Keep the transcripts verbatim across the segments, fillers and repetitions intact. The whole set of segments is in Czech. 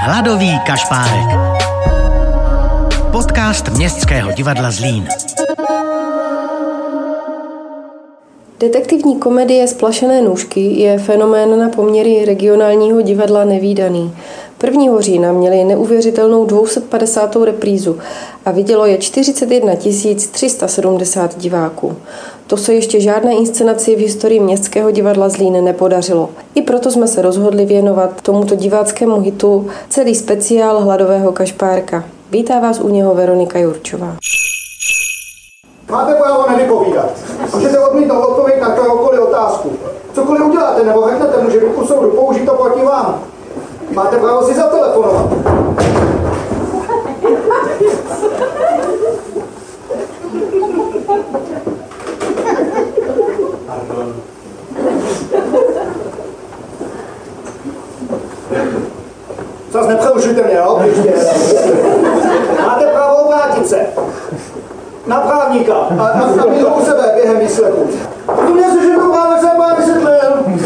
Hladový kašpárek. Podcast Městského divadla Zlín. Detektivní komedie Splašené nůžky je fenomén na poměry regionálního divadla nevídaný. prvního října měli neuvěřitelnou dvě stě padesátou reprízu a vidělo je čtyřicet jedna tisíc tři sta sedmdesát diváků. To se ještě žádné inscenaci v historii Městského divadla Zlín nepodařilo. I proto jsme se rozhodli věnovat tomuto diváckému hitu celý speciál Hladového kašpárka. Vítá vás u něho Veronika Jurčová. Máte právo nevypovídat. Můžete odmítnout odpověď na kteroukoliv otázku. Cokoliv uděláte nebo řeknete, může být u soudu použít to proti vám. Máte právo si zatelefonovat. Pardon. Zas nepřerušujte mě, jo? Máte právo obrátit se na právníka a, a, a mít ho u sebe během výslechu. To mě se, že to právě jsem vám vysvětlil.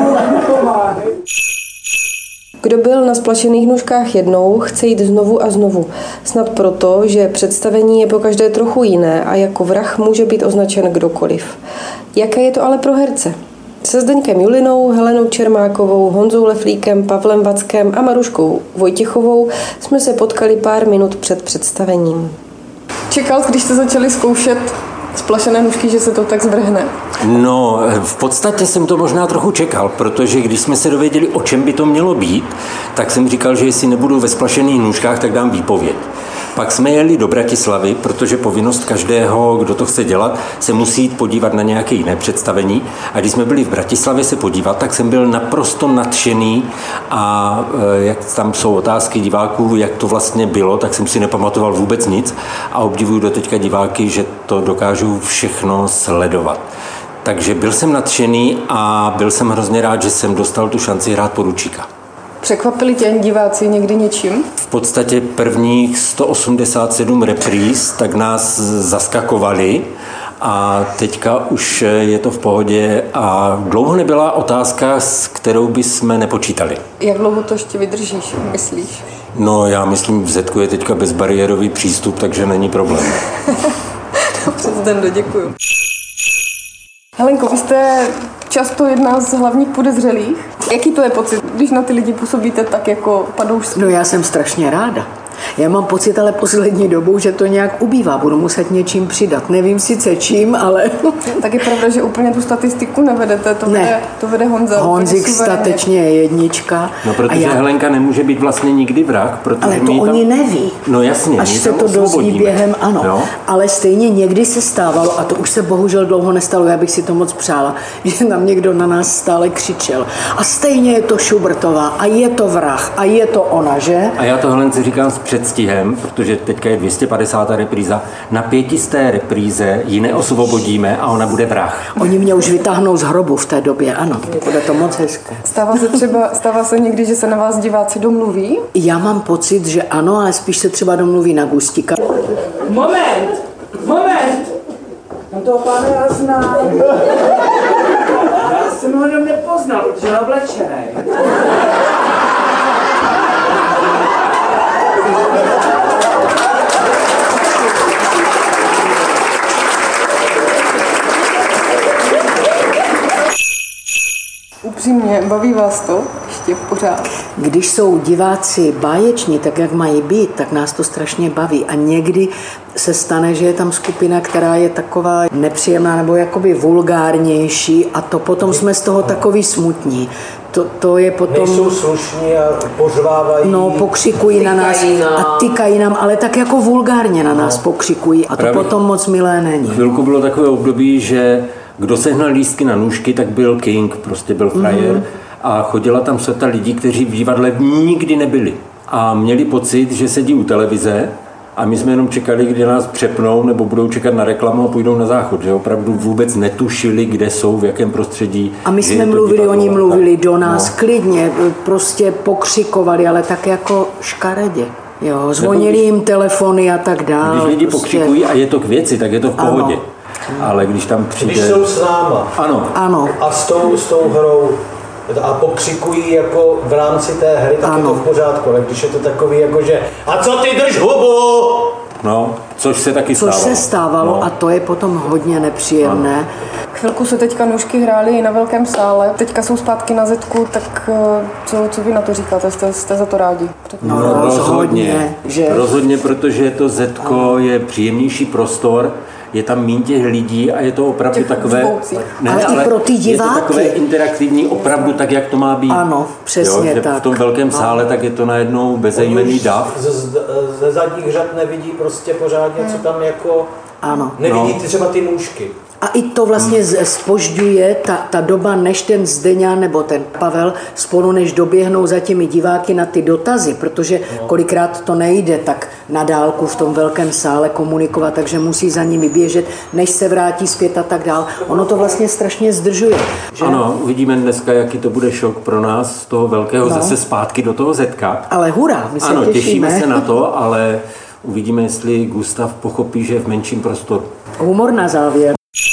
Kdo byl na Splašených nůžkách jednou, chce jít znovu a znovu. Snad proto, že představení je pokaždé trochu jiné a jako vrah může být označen kdokoliv. Jaké je to ale pro herce? Se Zdeňkem Julinou, Helenou Čermákovou, Honzou Leflíkem, Pavlem Vackem a Maruškou Vojtěchovou jsme se potkali pár minut před představením. Čekal, když jste začali zkoušet Splašené nůžky, že se to tak zvrhne? No, v podstatě jsem to možná trochu čekal, protože když jsme se dověděli, o čem by to mělo být, tak jsem říkal, že jestli nebudu ve Splašených nůžkách, tak dám výpověď. Pak jsme jeli do Bratislavy, protože povinnost každého, kdo to chce dělat, se musí jít podívat na nějaké jiné představení. A když jsme byli v Bratislavě se podívat, tak jsem byl naprosto nadšený a jak tam jsou otázky diváků, jak to vlastně bylo, tak jsem si nepamatoval vůbec nic a obdivuju do teďka diváky, že to dokážou všechno sledovat. Takže byl jsem nadšený a byl jsem hrozně rád, že jsem dostal tu šanci hrát poručíka. Překvapili tě diváci někdy něčím? V podstatě prvních sto osmdesát sedm repríz tak nás zaskakovali a teďka už je to v pohodě a dlouho nebyla otázka, s kterou bychom nepočítali. Jak dlouho to ještě vydržíš, myslíš? No já myslím, v Zetku je teďka bezbariérový přístup, takže není problém. Dobře, Zdendo, děkuju. Helenko, vy jste často jedna z hlavních podezřelých. Jaký to je pocit, když na ty lidi působíte tak jako padoušství? No já jsem strašně ráda. Já mám pocit ale poslední dobou, že to nějak ubývá. Budu muset něčím přidat. Nevím sice čím, ale... Tak je pravda, že úplně tu statistiku nevedete. To, ne. vede, to vede Honza. Honzik statečně je jednička. No protože já... Helenka nemůže být vlastně nikdy vrah. Ale to oni tam... neví. No jasně. Až se to dozví během, ano. No. Ale stejně někdy se stávalo, a to už se bohužel dlouho nestalo, já bych si to moc přála, že tam někdo na nás stále křičel. A stejně je to Šubertová a je to vrah a je to ona, že? A já to Helence říkám s předstihem, protože teďka je dvě stě padesátá repríza. Na pětisté repríze ji neosvobodíme a ona bude vrah. Oni mě už vytáhnou z hrobu v té době, ano. Bude to moc hezké. Stává se třeba, stává se někdy, že se na vás diváci domluví? Já mám pocit, že ano, ale spíš se třeba domluví na Gustíka. Moment! Moment! Tam toho pána já znám. Já jsem ho jenom nepoznal, protože je oblečený. Upřímně, baví vás to ještě pořád? Když jsou diváci báječní, tak jak mají být, tak nás to strašně baví. A někdy se stane, že je tam skupina, která je taková nepříjemná nebo jakoby vulgárnější a to potom jsme z toho takový smutní. To, to je potom... Nejsou slušní a pořvávají. No, pokřikují na nás a tykají nám, ale tak jako vulgárně na nás no. pokřikují a to Právě potom moc milé není. Chvilku bylo takové období, že kdo sehnal lístky na nůžky, tak byl king, prostě byl frajer mm-hmm. a chodila tam sota lidí, kteří v divadle nikdy nebyli a měli pocit, že sedí u televize a my jsme jenom čekali, kdy nás přepnou nebo budou čekat na reklamu a půjdou na záchod, že opravdu vůbec netušili, kde jsou, v jakém prostředí. A my jsme mluvili, oni mluvili do nás no. klidně, prostě pokřikovali, ale tak jako škaredě. Jo, zvonili jim telefony a tak dále. Když lidi prostě pokřikují a je to k věci, tak je to v pohodě. Ano. Ale když tam přijde... Když jsou s náma. Ano. Ano. A s tou, s tou hrou a pokřikují jako v rámci té hry, tak ano. Je to v pořádku, ale když je to takový jako, že a co ty drž hubu? No, což se taky stávalo. Což se stávalo no. A to je potom hodně nepříjemné. Ano. Chvilku se teďka nůžky hrály i na velkém sále, teďka jsou zpátky na zetku, tak co, co vy na to říkáte? Jste, jste za to rádi? No, no rozhodně, že? rozhodně, protože to zetko ano. je příjemnější prostor, je tam míň těch lidí a je to opravdu těch takové, ne, ale, ale i pro ty diváky. Je to takové interaktivní opravdu tak, jak to má být. Ano, přesně jo, tak. V tom velkém sále no. tak je to najednou bezejmenný dav. Ze, ze zadních řad nevidí prostě pořádně, hmm. co tam jako... Ano. Nevidí no. třeba ty nůžky. A i to vlastně hmm. zpožďuje ta, ta doba, než ten Zdeňa nebo ten Pavel spolu než doběhnou za těmi diváky na ty dotazy, protože no. kolikrát to nejde tak na dálku v tom velkém sále komunikovat, takže musí za nimi běžet, než se vrátí zpět a tak dál. Ono to vlastně strašně zdržuje. Že? Ano, uvidíme dneska, jaký to bude šok pro nás z toho velkého no. zase zpátky do toho zetka. Ale hurá, my se ano, těšíme. těšíme se na to, ale uvidíme, jestli Gustav pochopí, že je v menším prostoru. Humor na závěr.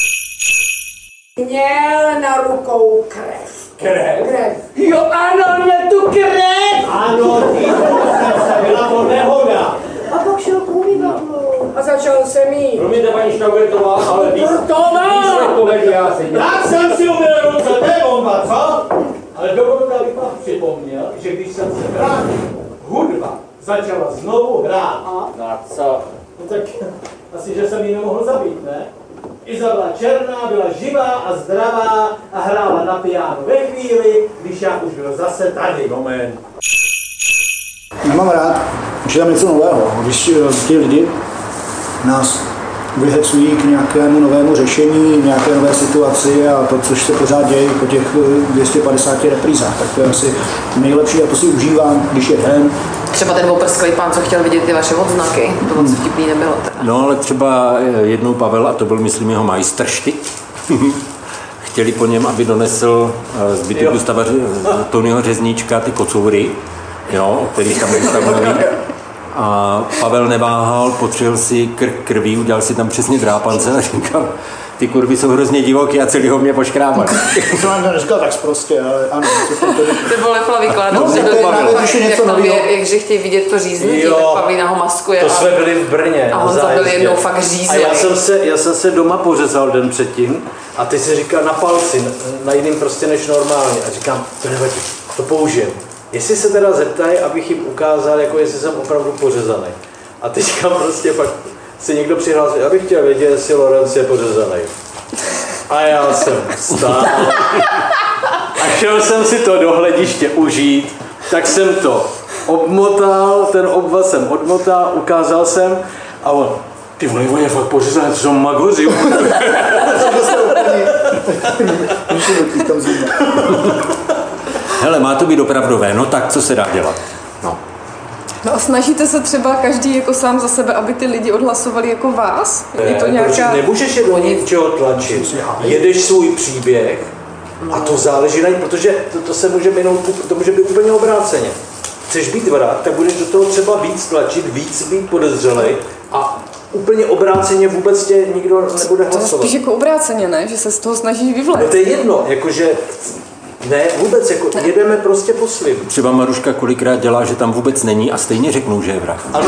Měl na rukou krev. Krev? Krev. Jo, ano, měl tu krev. Ano, ty, byla to nehoda. A pak šel k umývadlu. A začal se mít. Promiňte, paní Štaubertová, ale víc. To má! Tak jsem si umyl ruce, to je bomba, co? Ale dokonce bych vám připomněl, že když jsem se vrátil, hudba začala znovu hrát. Na co? No tak asi, že jsem ji nemohl zabít, ne? Izabela Černá byla živá a zdravá a hrála na piano ve chvíli, když já už byl zase tady. Moment. Nemám rád, že tam něco nového. Když ti lidi nás vyhecují k nějakému novému řešení, nějaké nové situaci a to, což se pořád děje po těch dvě stě padesáti reprízách, tak to je asi nejlepší a to si užívám, když je den. Třeba ten oprsklý pán, co chtěl vidět ty vaše odznaky, to moc vtipný nebylo. Teda. No ale třeba jednou Pavel, a to byl myslím jeho majstrštyk, chtěli po něm, aby donesl zbytek Gustava Tonyho Řezníčka, ty kocoury, jo, o kterých tam mluví. A Pavel neváhal, potřeboval si krk krví, udělal si tam přesně drápance a říkal, ty kurvy jsou hrozně divoký a celý ho mě poškrábat. To jsem vám neříkal tak prostě, ale ano. Ty vole Flavíkla, no, dobře, to je jak tam je, jakže chtějí vidět to říznutí, tak Pavlína ho maskuje. To jsme byli v Brně. A on byl jednou fakt řízlý. A já jsem, se, já jsem se doma pořezal den předtím a ty si říkal na palci, na, na jiným prostě než normálně. A říkám, to nevadí, to použijem. Jestli se teda zeptají, abych jim ukázal, jako jestli jsem opravdu pořezaný. A teďka prostě fakt si někdo přihlásil, já bych chtěl vědět, jestli Lorenz je pořezaný. A já jsem vstál a šel jsem si to do hlediště užít, tak jsem to obmotal, ten obvaz jsem odmotal, ukázal jsem a on, ty vole, on je fakt pořezaný, to jsou magoři. Hele, má to být opravdové, no tak co se dá dělat? No. No a snažíte se třeba každý jako sám za sebe, aby ty lidi odhlasovali jako vás? Je to nějaká... Nemůžeš je do něčeho tlačit. Jedeš svůj příběh a to záleží na ní, protože to, to se může minout, to může být úplně obráceně. Chceš být vrah, tak budeš do toho třeba víc tlačit, víc být podezřelej a úplně obráceně vůbec tě nikdo nebude hlasovat. To je spíš jako obráceně, ne? Že se z toho snažíš vyvléct. No to je jedno, jakože ne, vůbec, jako ne. Jedeme prostě po slibu. Třeba Maruška kolikrát dělá, že tam vůbec není a stejně řeknou, že je vrah. Ano.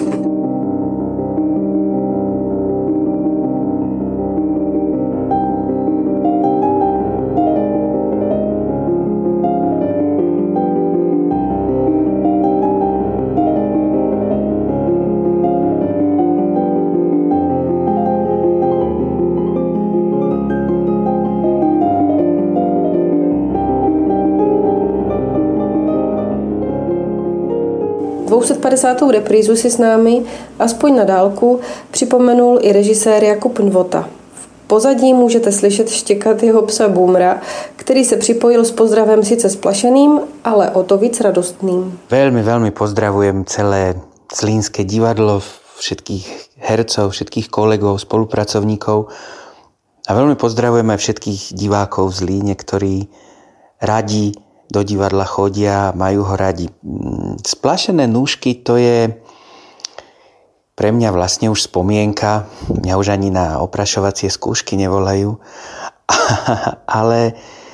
dvě stě padesátou reprízu si s námi, aspoň na dálku, připomenul i režisér Jakub Nvota. V pozadí můžete slyšet štěkat jeho psa Boomera, který se připojil s pozdravem sice splašeným, ale o to víc radostným. Veľmi, veľmi pozdravujem celé Zlínske divadlo, všetkých hercov, všetkých kolegov, spolupracovníkov a veľmi pozdravujeme všetkých divákov v Zlíne, ktorí radi do divadla chodia, majú ho radi. Splašené nůžky, to je pre mňa vlastne už spomienka. Mňa už ani na oprašovacie skúšky nevolajú. ale,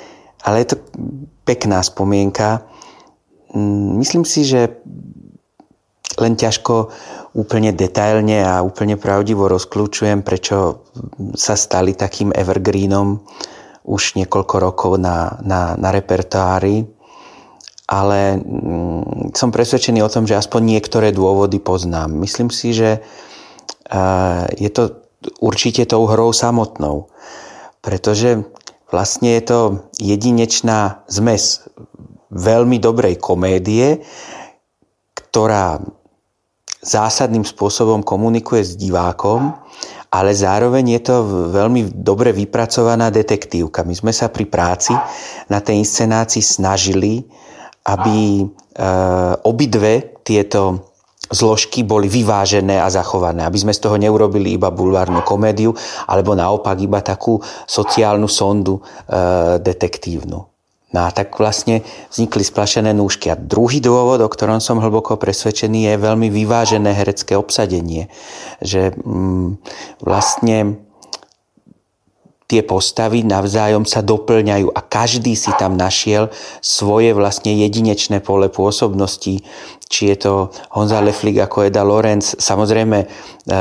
ale je to pekná spomienka. Myslím si, že len ťažko úplne detailne a úplne pravdivo rozkľúčujem, prečo sa stali takým evergreenom už niekoľko rokov na, na, na repertoári. Ale som presvedčený o tom, že aspoň niektoré dôvody poznám. Myslím si, že je to určite tou hrou samotnou, pretože vlastne je to jedinečná zmes veľmi dobrej komédie, ktorá zásadným spôsobom komunikuje s divákom, ale zároveň je to veľmi dobre vypracovaná detektívka. My sme sa pri práci na tej inscenácii snažili, aby e, obidve tieto zložky boli vyvážené a zachované. Aby sme z toho neurobili iba bulvárnu komédiu, alebo naopak iba takú sociálnu sondu e, detektívnu. No a tak vlastne vznikli Splašené nůžky. A druhý dôvod, o ktorom som hlboko presvedčený, je veľmi vyvážené herecké obsadenie. Že mm, vlastne tie postavy navzájom sa doplňajú a každý si tam našiel svoje vlastne jedinečné pole pôsobnosti. Či je to Honza Leflik ako Eda Lorenz, samozrejme uh,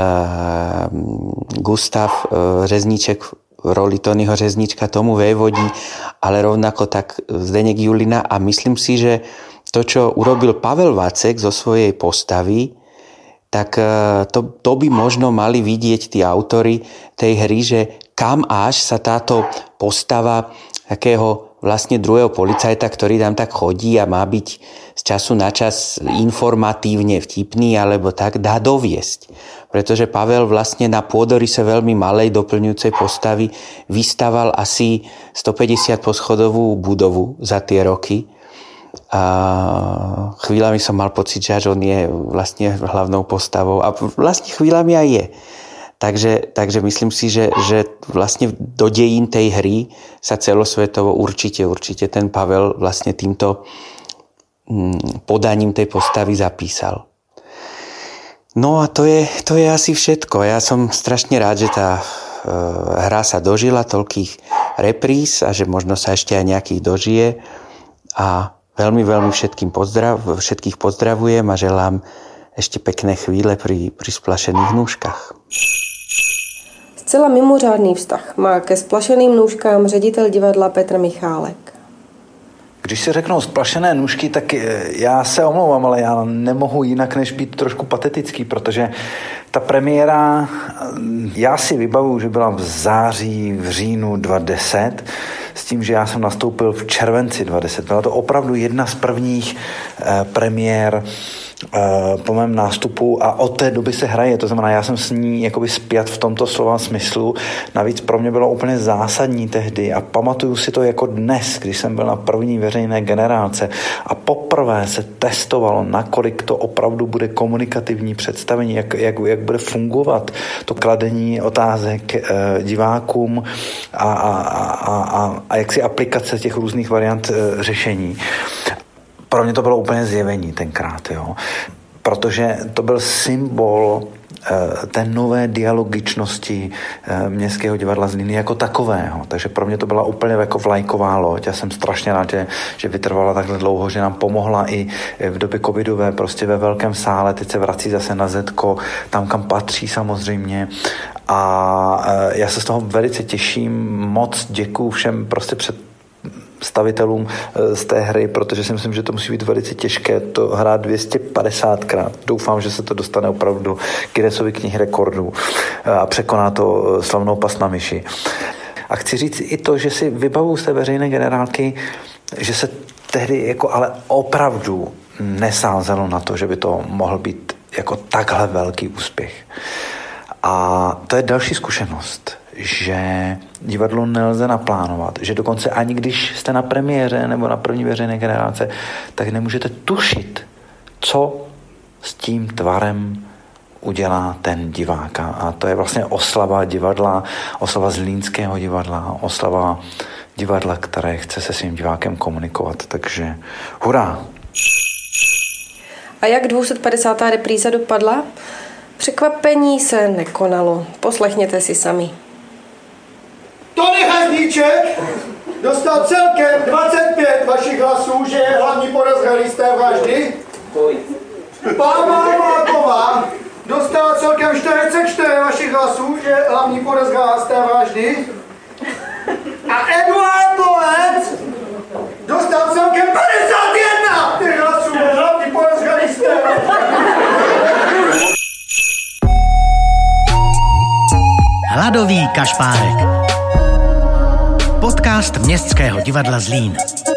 Gustav uh, Řezníček v roli Tonyho Řezníčka tomu vévodí, ale rovnako tak Zdeněk Julina a myslím si, že to, čo urobil Pavel Vacek zo svojej postavy, tak to, to by možno mali vidieť tí autori tej hry, že kam až sa táto postava takého vlastne druhého policajta, ktorý tam tak chodí a má byť z času na čas informatívne vtipný alebo tak, dá doviesť. Pretože Pavel vlastne na pôdorise veľmi malej doplňujúcej postavy vystaval asi stopäťdesiat poschodovú budovu za tie roky. A chvíľami som mal pocit, že až on je vlastne hlavnou postavou a vlastne chvíľami aj je. Takže, takže myslím si, že, že vlastne do dejín tej hry sa celosvetovo určite, určite ten Pavel vlastne týmto podaním tej postavy zapísal. No a to je, to je asi všetko. Ja som strašne rád, že tá hra sa dožila toľkých repríz a že možno sa ešte aj nejakých dožije a veľmi, veľmi všetkým pozdrav, všetkých pozdravujem a želám ešte pekné chvíle pri, pri Splašených nůžkách. Zcela mimořádný vztah má ke Splašeným nůžkám ředitel divadla Petr Michálek. Když si řeknou Splašené nůžky, tak já se omlouvám, ale já nemohu jinak než být trošku patetický, protože ta premiéra, já si vybavuju, že byla v září, v říjnu dva tisíce deset, s tím, že já jsem nastoupil v červenci dva tisíce deset. Byla to opravdu jedna z prvních eh, premiér eh, po mém nástupu a od té doby se hraje. To znamená, já jsem s ní jakoby spjat v tomto slova smyslu. Navíc pro mě bylo úplně zásadní tehdy a pamatuju si to jako dnes, když jsem byl na první veřejné generálce a poprvé se testovalo, nakolik to opravdu bude komunikativní představení, jak, jak, jak bude fungovat to kladení otázek eh, divákům a, a, a, a, a jaksi aplikace těch různých variant e, řešení. Pro mě to bylo úplně zjevení tenkrát, jo. Protože to byl symbol e, té nové dialogičnosti e, Městského divadla Zlíny jako takového. Takže pro mě to byla úplně jako vlajková loď. Já jsem strašně rád, že, že vytrvala takhle dlouho, že nám pomohla i v době covidové, prostě ve velkém sále, teď se vrací zase na Zetko, tam, kam patří samozřejmě. A já se z toho velice těším, moc děkuju všem prostě představitelům z té hry, protože si myslím, že to musí být velice těžké to hrát dvě stě padesátkrát. Doufám, že se to dostane opravdu do Guinnessovy knihy rekordů a překoná to slavnou Past na myši. A chci říct i to, že si vybavuju z té veřejné generálky, že se tehdy jako ale opravdu nesázelo na to, že by to mohl být jako takhle velký úspěch. A to je další zkušenost, že divadlo nelze naplánovat, že dokonce ani když jste na premiéře nebo na první veřejné generace, tak nemůžete tušit, co s tím tvarem udělá ten divák. A to je vlastně oslava divadla, oslava Zlínského divadla, oslava divadla, které chce se svým divákem komunikovat. Takže hurá! A jak dvě stě padesátá repríza dopadla? Překvapení se nekonalo. Poslechněte si sami. Tony Řezníček dostal celkem dvacet pět vašich hlasů, že je hlavní podezřelý z té vraždy. Bába Válková dostala celkem čtyřicet čtyři vašich hlasů, že je hlavní podezřelá z té vraždy. A Eduard Bolec dostal celkem padesát jedna těch hlasů, že je hlavní podezřelý z té vraždy. Hladový kašpárek. Podcast Městského divadla Zlín.